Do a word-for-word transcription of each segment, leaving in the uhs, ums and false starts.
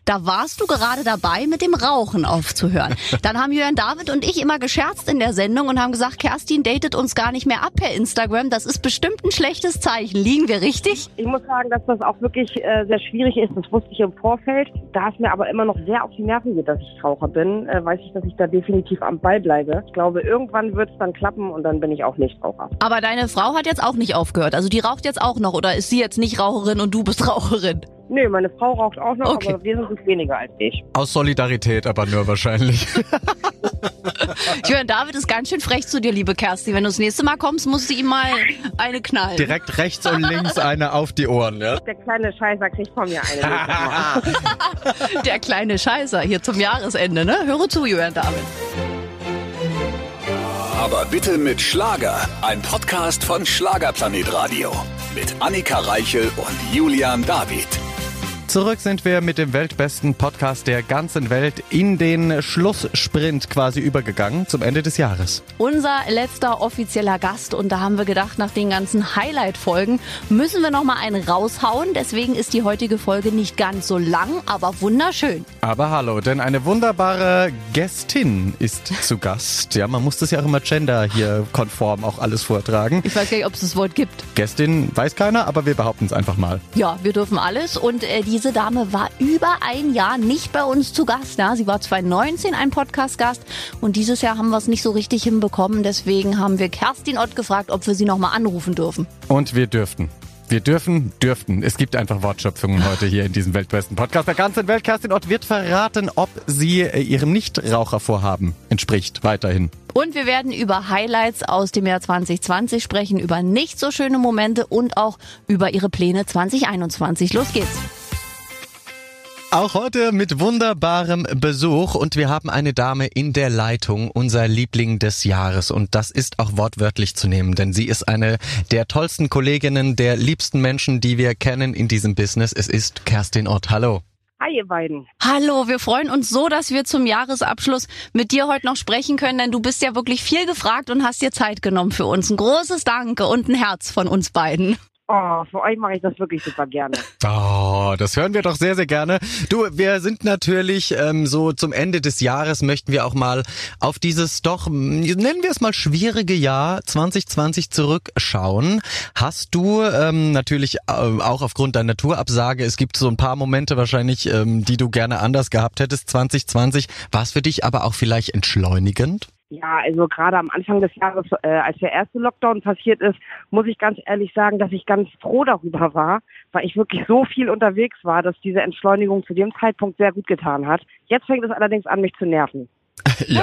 Da warst du gerade dabei, mit dem Rauchen aufzuhören. Dann haben Jörn David und ich immer gescherzt in der Sendung und haben gesagt, Kerstin datet uns gar nicht mehr ab per Instagram. Das ist bestimmt ein schlechtes Zeichen. Liegen wir richtig? Ich muss sagen, dass das auch wirklich äh, sehr schwierig ist. Das wusste ich im Vorfeld. Da es mir aber immer noch sehr auf die Nerven geht, dass ich Raucher bin, äh, weiß ich, dass ich da definitiv am Ball bleibe. Ich glaube, irgendwann wird es dann klappen und dann bin ich auch nicht Raucher. Aber deine Frau hat jetzt auch nicht aufgehört. Also die raucht jetzt auch noch oder ist sie jetzt nicht Raucherin und du bist Raucherin? Nee, meine Frau raucht auch noch, Okay. aber wesentlich weniger als ich. Aus Solidarität aber nur wahrscheinlich. Jörn David ist ganz schön frech zu dir, liebe Kerstin. Wenn du das nächste Mal kommst, musst du ihm mal eine knallen. Direkt rechts und links eine auf die Ohren, ja? Der kleine Scheißer kriegt von mir eine. Der kleine Scheißer hier zum Jahresende, ne? Höre zu, Jörn David. Aber bitte mit Schlager. Ein Podcast von Schlagerplanet Radio. Mit Annika Reichel und Julian David. Zurück sind wir mit dem weltbesten Podcast der ganzen Welt in den Schlusssprint quasi übergegangen zum Ende des Jahres. Unser letzter offizieller Gast und da haben wir gedacht, nach den ganzen Highlight-Folgen müssen wir noch mal einen raushauen. Deswegen ist die heutige Folge nicht ganz so lang, aber wunderschön. Aber hallo, denn eine wunderbare Gästin ist zu Gast. Ja, man muss das ja auch immer gender hier konform auch alles vortragen. Ich weiß gar nicht, ob es das Wort gibt. Gästin weiß keiner, aber wir behaupten es einfach mal. Ja, wir dürfen alles und äh, diese Dame war über ein Jahr nicht bei uns zu Gast. Ja? Sie war zwanzig neunzehn ein Podcast-Gast und dieses Jahr haben wir es nicht so richtig hinbekommen. Deswegen haben wir Kerstin Ott gefragt, ob wir sie noch mal anrufen dürfen. Und wir dürften. Wir dürfen, dürften. Es gibt einfach Wortschöpfungen heute hier in diesem weltbesten Podcast der ganzen Welt. Kerstin Ott wird verraten, ob sie äh, ihrem Nichtrauchervorhaben entspricht, weiterhin. Und wir werden über Highlights aus dem Jahr zwanzig zwanzig sprechen, über nicht so schöne Momente und auch über ihre Pläne zwanzig einundzwanzig. Los geht's. Auch heute mit wunderbarem Besuch und wir haben eine Dame in der Leitung, unser Liebling des Jahres und das ist auch wortwörtlich zu nehmen, denn sie ist eine der tollsten Kolleginnen, der liebsten Menschen, die wir kennen in diesem Business. Es ist Kerstin Ott. Hallo. Hi, ihr beiden. Hallo, wir freuen uns so, dass wir zum Jahresabschluss mit dir heute noch sprechen können, denn du bist ja wirklich viel gefragt und hast dir Zeit genommen für uns. Ein großes Danke und ein Herz von uns beiden. Oh, für euch mache ich das wirklich super gerne. Oh, das hören wir doch sehr, sehr gerne. Du, wir sind natürlich ähm, so zum Ende des Jahres möchten wir auch mal auf dieses doch, nennen wir es mal schwierige Jahr zwanzig zwanzig zurückschauen. Hast du ähm, natürlich äh, auch aufgrund deiner Tourabsage, es gibt so ein paar Momente wahrscheinlich, ähm, die du gerne anders gehabt hättest zwanzig zwanzig. War es für dich aber auch vielleicht entschleunigend? Ja, also gerade am Anfang des Jahres, äh, als der erste Lockdown passiert ist, muss ich ganz ehrlich sagen, dass ich ganz froh darüber war, weil ich wirklich so viel unterwegs war, dass diese Entschleunigung zu dem Zeitpunkt sehr gut getan hat. Jetzt fängt es allerdings an, mich zu nerven. Ja.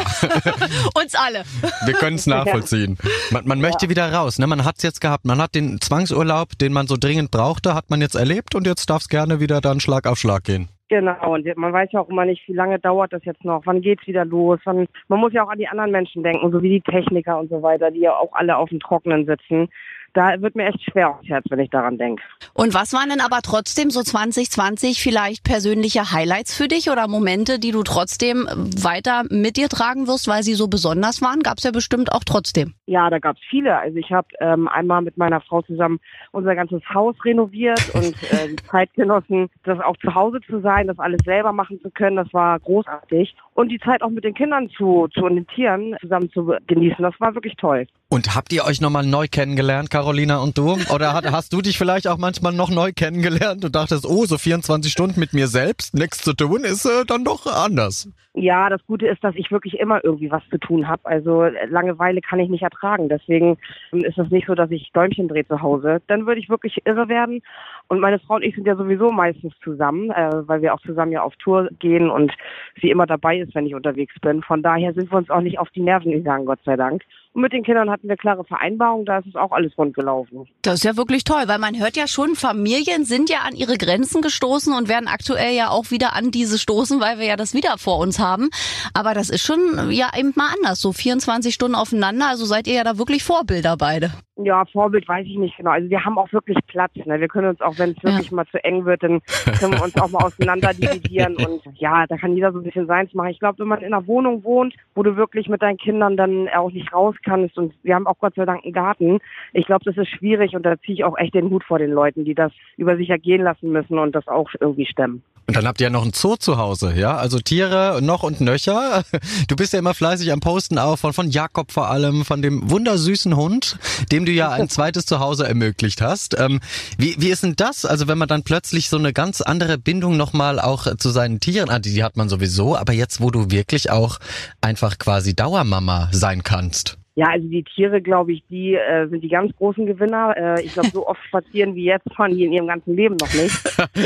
Uns alle. Wir können es nachvollziehen. Man, man möchte Ja. wieder raus. Ne? Man hat es jetzt gehabt. Man hat den Zwangsurlaub, den man so dringend brauchte, hat man jetzt erlebt und jetzt darf es gerne wieder dann Schlag auf Schlag gehen. Genau, und man weiß ja auch immer nicht, wie lange dauert das jetzt noch, wann geht's wieder los. Wann, man muss ja auch an die anderen Menschen denken, so wie die Techniker und so weiter, die ja auch alle auf dem Trockenen sitzen. Da wird mir echt schwer aufs Herz, wenn ich daran denke. Und was waren denn aber trotzdem so zwanzig zwanzig vielleicht persönliche Highlights für dich oder Momente, die du trotzdem weiter mit dir tragen wirst, weil sie so besonders waren? Gab's ja bestimmt auch trotzdem. Ja, da gab's viele. Also ich habe ähm, einmal mit meiner Frau zusammen unser ganzes Haus renoviert und äh, die Zeit genossen, das auch zu Hause zu sein, das alles selber machen zu können. Das war großartig. Und die Zeit auch mit den Kindern zu, zu und den Tieren zusammen zu genießen, das war wirklich toll. Und habt ihr euch nochmal neu kennengelernt, Carolina und du? Oder hat, hast du dich vielleicht auch manchmal noch neu kennengelernt und dachtest, oh, so vierundzwanzig Stunden mit mir selbst, nichts zu tun, ist äh, dann doch anders? Ja, das Gute ist, dass ich wirklich immer irgendwie was zu tun habe. Also Langeweile kann ich nicht ertragen. Deswegen ist es nicht so, dass ich Däumchen drehe zu Hause. Dann würde ich wirklich irre werden. Und meine Frau und ich sind ja sowieso meistens zusammen, äh, weil wir auch zusammen ja auf Tour gehen und sie immer dabei ist, wenn ich unterwegs bin. Von daher sind wir uns auch nicht auf die Nerven gegangen, Gott sei Dank. Und mit den Kindern hatten wir klare Vereinbarungen, da ist es auch alles rund gelaufen. Das ist ja wirklich toll, weil man hört ja schon, Familien sind ja an ihre Grenzen gestoßen und werden aktuell ja auch wieder an diese stoßen, weil wir ja das wieder vor uns haben. Aber das ist schon ja eben mal anders, so vierundzwanzig Stunden aufeinander, also seid ihr ja da wirklich Vorbilder beide. Ja, Vorbild weiß ich nicht genau. Also wir haben auch wirklich Platz. Ne? Wir können uns auch, wenn es wirklich ja. mal zu eng wird, dann können wir uns auch mal auseinander dividieren. Und ja, da kann jeder so ein bisschen seins machen. Ich glaube, wenn man in einer Wohnung wohnt, wo du wirklich mit deinen Kindern dann auch nicht raus kannst und wir haben auch Gott sei Dank einen Garten, ich glaube, das ist schwierig und da ziehe ich auch echt den Hut vor den Leuten, die das über sich ergehen lassen müssen und das auch irgendwie stemmen. Und dann habt ihr ja noch ein Zoo zu Hause, ja? Also Tiere noch und nöcher. Du bist ja immer fleißig am Posten auch von, von Jakob vor allem, von dem wundersüßen Hund, dem du ja ein zweites Zuhause ermöglicht hast. Ähm, wie, wie ist denn das? Also wenn man dann plötzlich so eine ganz andere Bindung nochmal auch zu seinen Tieren hat, die hat man sowieso, aber jetzt, wo du wirklich auch einfach quasi Dauermama sein kannst. Ja, also die Tiere, glaube ich, die äh, sind die ganz großen Gewinner. Äh, ich glaube, so oft spazieren wie jetzt fahren die in ihrem ganzen Leben noch nicht.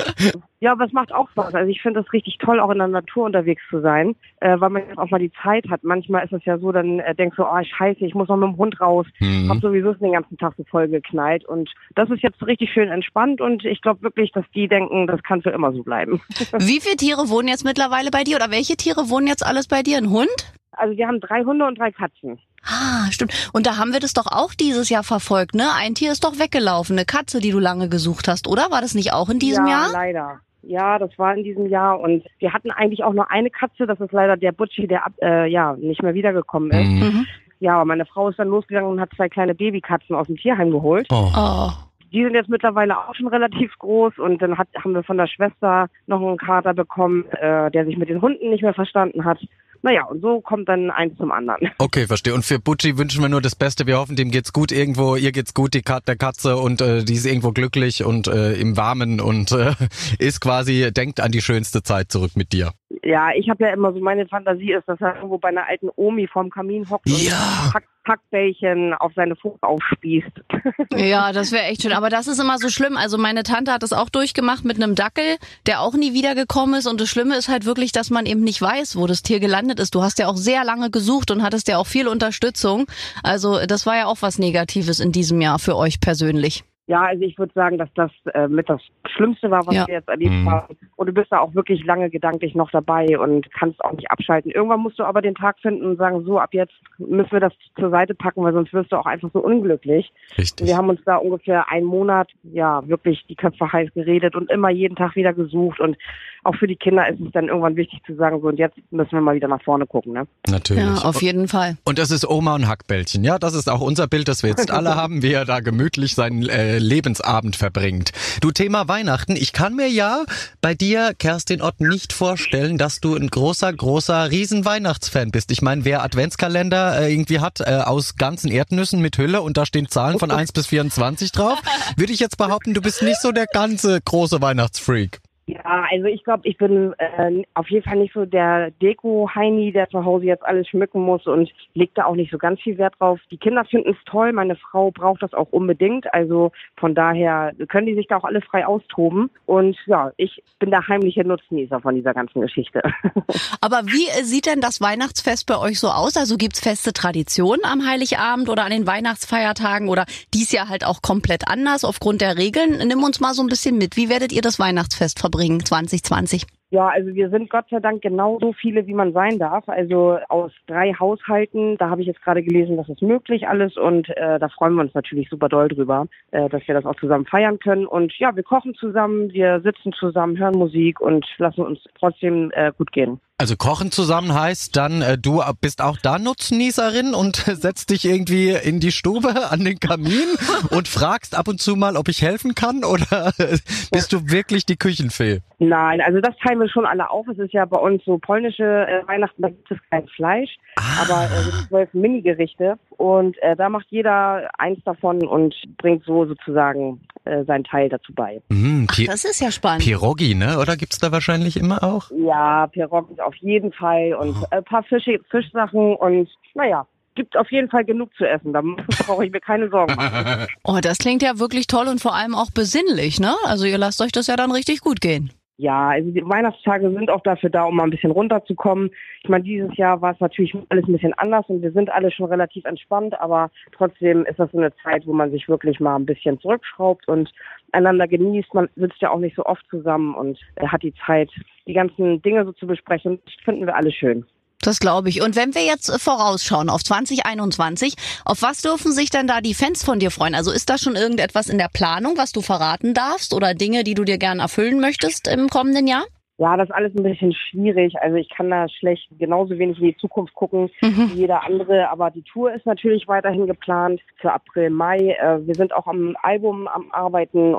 Ja, aber es macht auch Spaß. Also ich finde es richtig toll, auch in der Natur unterwegs zu sein, äh, weil man jetzt auch mal die Zeit hat. Manchmal ist es ja so, dann äh, denkst du, oh scheiße, ich muss noch mit dem Hund raus. Mhm. Hab sowieso den ganzen Tag so voll geknallt. Und das ist jetzt richtig schön entspannt und ich glaube wirklich, dass die denken, das kann für immer so bleiben. Wie viele Tiere wohnen jetzt mittlerweile bei dir oder welche Tiere wohnen jetzt alles bei dir? Ein Hund? Also wir haben drei Hunde und drei Katzen. Ah, stimmt. Und da haben wir das doch auch dieses Jahr verfolgt, ne? Ein Tier ist doch weggelaufen, eine Katze, die du lange gesucht hast, oder? War das nicht auch in diesem ja, Jahr? Ja, leider. Ja, das war in diesem Jahr und wir hatten eigentlich auch nur eine Katze, das ist leider der Butchi, der ab, äh, ja nicht mehr wiedergekommen ist. Mhm. Ja, aber meine Frau ist dann losgegangen und hat zwei kleine Babykatzen aus dem Tierheim geholt. Oh. Oh. Die sind jetzt mittlerweile auch schon relativ groß und dann hat, haben wir von der Schwester noch einen Kater bekommen, äh, der sich mit den Hunden nicht mehr verstanden hat. Naja, und so kommt dann eins zum anderen. Okay, verstehe. Und für Butchi wünschen wir nur das Beste. Wir hoffen, dem geht's gut irgendwo. Ihr geht's gut, die Kat- der Katze und äh, die ist irgendwo glücklich und äh, im Warmen und äh, ist quasi, denkt an die schönste Zeit zurück mit dir. Ja, ich habe ja immer so, meine Fantasie ist, dass er irgendwo bei einer alten Omi vorm Kamin hockt und ja. Hack- Hackbällchen auf seine Pfoten aufspießt. Ja, das wäre echt schön. Aber das ist immer so schlimm. Also meine Tante hat das auch durchgemacht mit einem Dackel, der auch nie wiedergekommen ist. Und das Schlimme ist halt wirklich, dass man eben nicht weiß, wo das Tier gelandet ist. Du hast ja auch sehr lange gesucht und hattest ja auch viel Unterstützung. Also das war ja auch was Negatives in diesem Jahr für euch persönlich. Ja, also ich würde sagen, dass das äh, mit das Schlimmste war, was ja. wir jetzt erlebt mhm. haben. Und du bist da auch wirklich lange gedanklich noch dabei und kannst auch nicht abschalten. Irgendwann musst du aber den Tag finden und sagen, so ab jetzt müssen wir das zur Seite packen, weil sonst wirst du auch einfach so unglücklich. Richtig. Wir haben uns da ungefähr einen Monat, ja, wirklich die Köpfe heiß geredet und immer jeden Tag wieder gesucht. Und auch für die Kinder ist es dann irgendwann wichtig zu sagen, so und jetzt müssen wir mal wieder nach vorne gucken, ne? Natürlich. Ja, auf jeden Fall. Und das ist Oma und Hackbällchen. Ja, das ist auch unser Bild, das wir jetzt alle haben, wie er da gemütlich seinen äh, Lebensabend verbringt. Du, Thema Weihnachten. Ich kann mir ja bei dir, Kerstin Ott, nicht vorstellen, dass du ein großer, großer, riesen Weihnachtsfan bist. Ich meine, wer Adventskalender äh, irgendwie hat äh, aus ganzen Erdnüssen mit Hülle und da stehen Zahlen von eins bis vierundzwanzig drauf, würde ich jetzt behaupten, du bist nicht so der ganze große Weihnachtsfreak. Ja, also ich glaube, ich bin äh, auf jeden Fall nicht so der Deko-Heini, der zu Hause jetzt alles schmücken muss und legt da auch nicht so ganz viel Wert drauf. Die Kinder finden es toll, meine Frau braucht das auch unbedingt, also von daher können die sich da auch alle frei austoben und ja, ich bin der heimliche Nutznießer von dieser ganzen Geschichte. Aber wie sieht denn das Weihnachtsfest bei euch so aus? Also gibt's feste Traditionen am Heiligabend oder an den Weihnachtsfeiertagen oder dies Jahr halt auch komplett anders aufgrund der Regeln? Nimm uns mal so ein bisschen mit. Wie werdet ihr das Weihnachtsfest verbringen zwanzig zwanzig? Ja, also wir sind Gott sei Dank genauso viele, wie man sein darf. Also aus drei Haushalten, da habe ich jetzt gerade gelesen, das ist möglich alles und äh, da freuen wir uns natürlich super doll drüber, äh, dass wir das auch zusammen feiern können. Und ja, wir kochen zusammen, wir sitzen zusammen, hören Musik und lassen uns trotzdem äh, gut gehen. Also kochen zusammen heißt dann, äh, du bist auch da Nutznießerin und setzt dich irgendwie in die Stube an den Kamin und fragst ab und zu mal, ob ich helfen kann oder bist du wirklich die Küchenfee? Nein, also das teilen wir schon alle auf. Es ist ja bei uns so polnische äh, Weihnachten, da gibt es kein Fleisch, ah. aber äh, zwölf Mini-Gerichte und äh, da macht jeder eins davon und bringt so sozusagen äh, seinen Teil dazu bei. Mm, Ach, das ist ja spannend. Pierogi, ne? Oder gibt's da wahrscheinlich immer auch? Ja, Pierogi auf jeden Fall und oh. ein paar Fische, Fischsachen und naja. Gibt auf jeden Fall genug zu essen, da brauche ich mir keine Sorgen machen. Oh, das klingt ja wirklich toll und vor allem auch besinnlich, ne? Also ihr lasst euch das ja dann richtig gut gehen. Ja, also die Weihnachtstage sind auch dafür da, um mal ein bisschen runterzukommen. Ich meine, dieses Jahr war es natürlich alles ein bisschen anders und wir sind alle schon relativ entspannt, aber trotzdem ist das so eine Zeit, wo man sich wirklich mal ein bisschen zurückschraubt und einander genießt. Man sitzt ja auch nicht so oft zusammen und hat die Zeit, die ganzen Dinge so zu besprechen. Das finden wir alle schön. Das glaube ich. Und wenn wir jetzt vorausschauen auf zwanzig einundzwanzig, auf was dürfen sich denn da die Fans von dir freuen? Also ist da schon irgendetwas in der Planung, was du verraten darfst oder Dinge, die du dir gern erfüllen möchtest im kommenden Jahr? Ja, das ist alles ein bisschen schwierig. Also ich kann da schlecht genauso wenig in die Zukunft gucken mhm. wie jeder andere. Aber die Tour ist natürlich weiterhin geplant für April, Mai. Wir sind auch am Album am Arbeiten und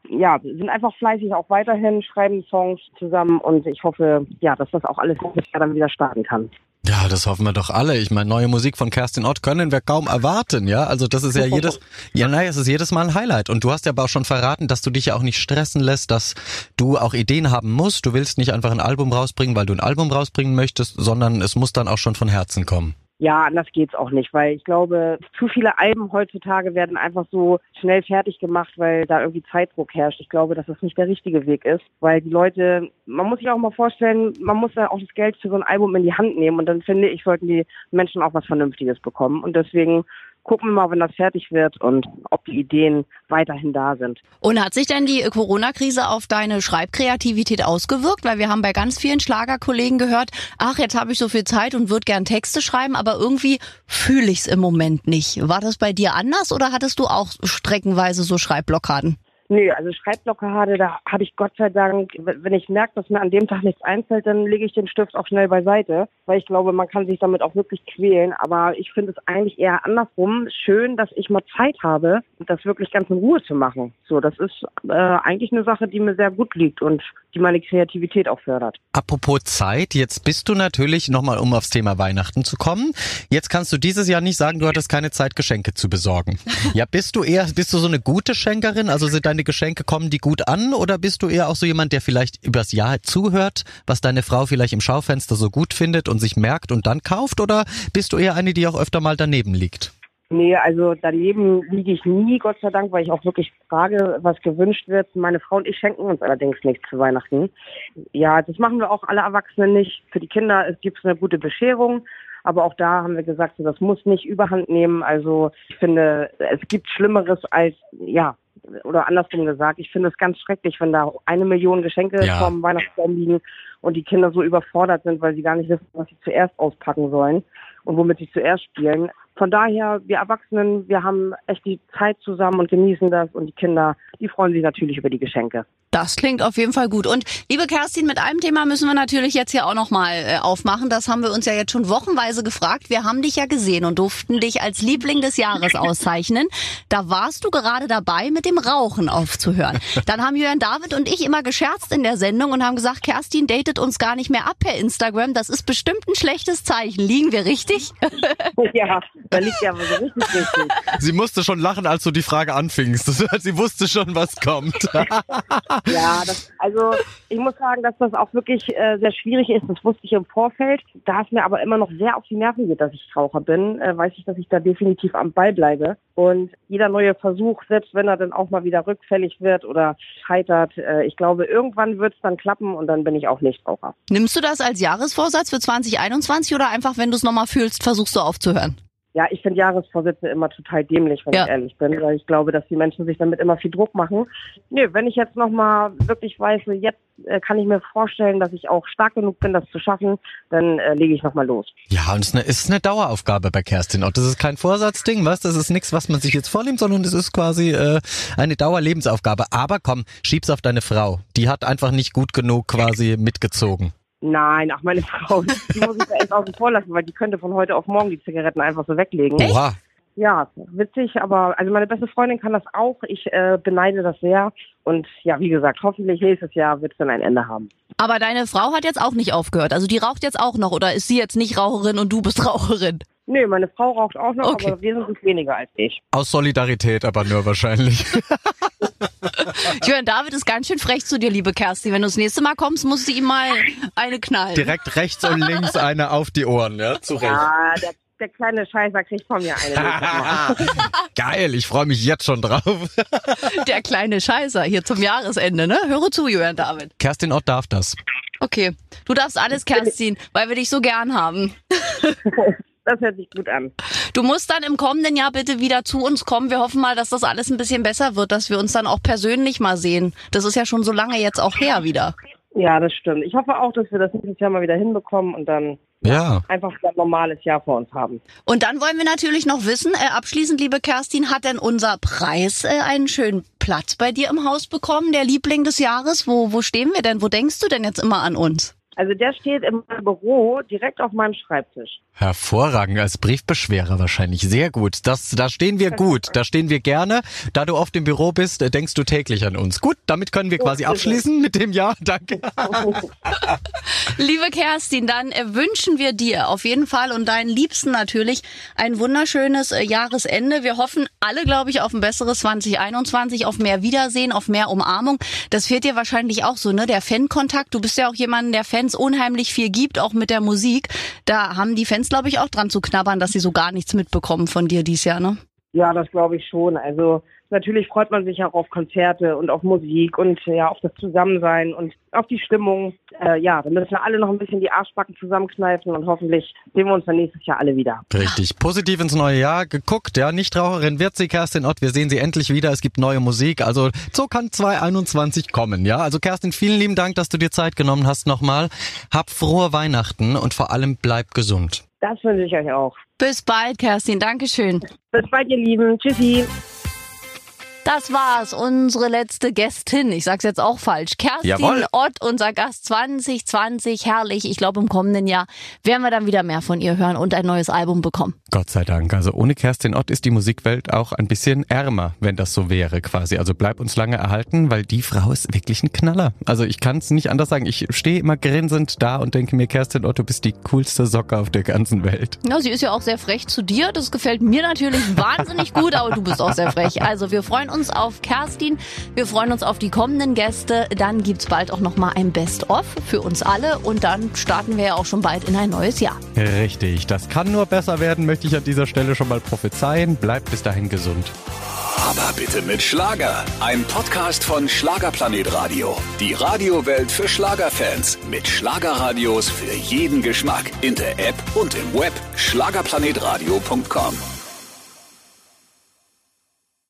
ja, sind einfach fleißig auch weiterhin, schreiben Songs zusammen und ich hoffe, ja, dass das auch alles nächstes Jahr dann wieder starten kann. Ja, das hoffen wir doch alle. Ich meine, neue Musik von Kerstin Ott können wir kaum erwarten, ja? Also das ist ja jedes, ja, naja, es ist jedes Mal ein Highlight. Und du hast ja aber auch schon verraten, dass du dich ja auch nicht stressen lässt, dass du auch Ideen haben musst. Du willst nicht einfach ein Album rausbringen, weil du ein Album rausbringen möchtest, sondern es muss dann auch schon von Herzen kommen. Ja, anders geht's auch nicht, weil ich glaube, zu viele Alben heutzutage werden einfach so schnell fertig gemacht, weil da irgendwie Zeitdruck herrscht. Ich glaube, dass das nicht der richtige Weg ist, weil die Leute, man muss sich auch mal vorstellen, man muss dann auch das Geld für so ein Album in die Hand nehmen und dann finde ich, sollten die Menschen auch was Vernünftiges bekommen und deswegen gucken wir mal, wenn das fertig wird und ob die Ideen weiterhin da sind. Und hat sich denn die Corona-Krise auf deine Schreibkreativität ausgewirkt? Weil wir haben bei ganz vielen Schlagerkollegen gehört, ach, jetzt habe ich so viel Zeit und würde gern Texte schreiben, aber irgendwie fühle ich es im Moment nicht. War das bei dir anders oder hattest du auch streckenweise so Schreibblockaden? Nee, also Schreibblockade, da habe ich Gott sei Dank, wenn ich merke, dass mir an dem Tag nichts einfällt, dann lege ich den Stift auch schnell beiseite, weil ich glaube, man kann sich damit auch wirklich quälen. Aber ich finde es eigentlich eher andersrum schön, dass ich mal Zeit habe, das wirklich ganz in Ruhe zu machen. So, das ist äh, eigentlich eine Sache, die mir sehr gut liegt und die meine Kreativität auch fördert. Apropos Zeit, jetzt bist du natürlich, nochmal um aufs Thema Weihnachten zu kommen, jetzt kannst du dieses Jahr nicht sagen, du hattest keine Zeit, Geschenke zu besorgen. Ja, bist du eher, bist du so eine gute Schenkerin, also sind deine Geschenke, kommen die gut an oder bist du eher auch so jemand, der vielleicht übers Jahr zuhört, was deine Frau vielleicht im Schaufenster so gut findet und sich merkt und dann kauft oder bist du eher eine, die auch öfter mal daneben liegt? Nee, also daneben liege ich nie, Gott sei Dank, weil ich auch wirklich frage, was gewünscht wird. Meine Frau und ich schenken uns allerdings nichts zu Weihnachten. Ja, das machen wir auch alle Erwachsenen nicht. Für die Kinder es gibt eine gute Bescherung, aber auch da haben wir gesagt, das muss nicht überhand nehmen. Also ich finde, es gibt Schlimmeres als, ja, oder andersrum gesagt, ich finde es ganz schrecklich, wenn da eine Million Geschenke ja. vorm Weihnachtsbaum liegen und die Kinder so überfordert sind, weil sie gar nicht wissen, was sie zuerst auspacken sollen und womit sie zuerst spielen. Von daher, wir Erwachsenen, wir haben echt die Zeit zusammen und genießen das und die Kinder, die freuen sich natürlich über die Geschenke. Das klingt auf jeden Fall gut. Und liebe Kerstin, mit einem Thema müssen wir natürlich jetzt hier auch nochmal äh, aufmachen. Das haben wir uns ja jetzt schon wochenweise gefragt. Wir haben dich ja gesehen und durften dich als Liebling des Jahres auszeichnen. Da warst du gerade dabei, mit dem Rauchen aufzuhören. Dann haben Jörn David und ich immer gescherzt in der Sendung und haben gesagt, Kerstin datet uns gar nicht mehr ab per Instagram. Das ist bestimmt ein schlechtes Zeichen. Liegen wir richtig? Ja, da liegt ja aber so richtig richtig. Sie musste schon lachen, als du die Frage anfingst. Sie wusste schon, was kommt. Ja, das, also ich muss sagen, dass das auch wirklich äh, sehr schwierig ist. Das wusste ich im Vorfeld. Da es mir aber immer noch sehr auf die Nerven geht, dass ich Raucher bin, äh, weiß ich, dass ich da definitiv am Ball bleibe. Und jeder neue Versuch, selbst wenn er dann auch mal wieder rückfällig wird oder scheitert, äh, ich glaube, irgendwann wird es dann klappen und dann bin ich auch Nichtraucher. Nimmst du das als Jahresvorsatz für zwanzig einundzwanzig oder einfach, wenn du es nochmal fühlst, versuchst du aufzuhören? Ja, ich finde Jahresvorsätze immer total dämlich, wenn ja. ich ehrlich bin, weil ich glaube, dass die Menschen sich damit immer viel Druck machen. Nee, wenn ich jetzt nochmal wirklich weiß, jetzt äh, kann ich mir vorstellen, dass ich auch stark genug bin, das zu schaffen, dann äh, lege ich nochmal los. Ja, und es ist eine, ist eine Daueraufgabe bei Kerstin Ott. Das ist kein Vorsatzding, was? Das ist nichts, was man sich jetzt vornimmt, sondern es ist quasi äh, eine Dauerlebensaufgabe. Aber komm, schieb's auf deine Frau. Die hat einfach nicht gut genug quasi mitgezogen. Nein, ach meine Frau, die muss ich da echt außen vor lassen, weil die könnte von heute auf morgen die Zigaretten einfach so weglegen. Oha. Ja, witzig, aber also meine beste Freundin kann das auch. Ich äh, beneide das sehr. Und ja, wie gesagt, hoffentlich nächstes Jahr wird es dann ein Ende haben. Aber deine Frau hat jetzt auch nicht aufgehört. Also die raucht jetzt auch noch oder ist sie jetzt nicht Raucherin und du bist Raucherin? Nee, meine Frau raucht auch noch, okay. aber wesentlich weniger als ich. Aus Solidarität aber nur wahrscheinlich. Jörn David ist ganz schön frech zu dir, liebe Kerstin. Wenn du das nächste Mal kommst, musst du ihm mal eine knallen. Direkt rechts und links eine auf die Ohren, ja? Zurecht. Ja, der, der kleine Scheißer kriegt von mir eine. Geil, ich freue mich jetzt schon drauf. Der kleine Scheißer hier zum Jahresende, ne? Höre zu, Jörn David. Kerstin Ott darf das. Okay, du darfst alles, Kerstin, weil wir dich so gern haben. Das hört sich gut an. Du musst dann im kommenden Jahr bitte wieder zu uns kommen. Wir hoffen mal, dass das alles ein bisschen besser wird, dass wir uns dann auch persönlich mal sehen. Das ist ja schon so lange jetzt auch her wieder. Ja, das stimmt. Ich hoffe auch, dass wir das nächstes Jahr mal wieder hinbekommen und dann ja. einfach ein normales Jahr vor uns haben. Und dann wollen wir natürlich noch wissen, äh, abschließend, liebe Kerstin, hat denn unser Preis äh, einen schönen Platz bei dir im Haus bekommen, der Liebling des Jahres? Wo, wo stehen wir denn? Wo denkst du denn jetzt immer an uns? Also der steht im Büro direkt auf meinem Schreibtisch. Hervorragend, als Briefbeschwerer wahrscheinlich. Sehr gut. Das, da stehen wir gut, da stehen wir gerne. Da du oft im Büro bist, denkst du täglich an uns. Gut, damit können wir quasi abschließen mit dem Jahr. Danke. Liebe Kerstin, dann wünschen wir dir auf jeden Fall und deinen Liebsten natürlich ein wunderschönes Jahresende. Wir hoffen alle, glaube ich, auf ein besseres zwanzig einundzwanzig, auf mehr Wiedersehen, auf mehr Umarmung. Das fehlt dir wahrscheinlich auch so, ne? Der Fankontakt. Du bist ja auch jemand, der Fans unheimlich viel gibt, auch mit der Musik. Da haben die Fans, glaube ich, auch dran zu knabbern, dass sie so gar nichts mitbekommen von dir dieses Jahr, ne? Ja, das glaube ich schon. Also natürlich freut man sich auch auf Konzerte und auf Musik und ja auf das Zusammensein und auf die Stimmung. Äh, ja, da müssen wir alle noch ein bisschen die Arschbacken zusammenkneifen und hoffentlich sehen wir uns dann nächstes Jahr alle wieder. Richtig, positiv ins neue Jahr geguckt, ja, Nichtraucherin wird sie, Kerstin Ott, wir sehen sie endlich wieder, es gibt neue Musik, also so kann zwanzig einundzwanzig kommen, ja. Also Kerstin, vielen lieben Dank, dass du dir Zeit genommen hast nochmal. Hab frohe Weihnachten und vor allem bleib gesund. Das wünsche ich euch auch. Bis bald, Kerstin, Dankeschön. Bis bald, ihr Lieben. Tschüssi. Das war's, unsere letzte Gästin. Ich sag's jetzt auch falsch. Kerstin Jawohl. Ott, unser Gast zwanzig zwanzig. Herrlich. Ich glaube, im kommenden Jahr werden wir dann wieder mehr von ihr hören und ein neues Album bekommen. Gott sei Dank. Also ohne Kerstin Ott ist die Musikwelt auch ein bisschen ärmer, wenn das so wäre quasi. Also bleib uns lange erhalten, weil die Frau ist wirklich ein Knaller. Also ich kann es nicht anders sagen. Ich stehe immer grinsend da und denke mir, Kerstin Ott, du bist die coolste Socke auf der ganzen Welt. Ja, sie ist ja auch sehr frech zu dir. Das gefällt mir natürlich wahnsinnig gut, aber du bist auch sehr frech. Also wir freuen uns auf Kerstin. Wir freuen uns auf die kommenden Gäste. Dann gibt's bald auch nochmal ein Best-of für uns alle. Und dann starten wir ja auch schon bald in ein neues Jahr. Richtig. Das kann nur besser werden, möchte ich an dieser Stelle schon mal prophezeien. Bleibt bis dahin gesund. Aber bitte mit Schlager. Ein Podcast von Schlagerplanet Radio. Die Radiowelt für Schlagerfans. Mit Schlagerradios für jeden Geschmack. In der App und im Web. schlagerplanetradio punkt com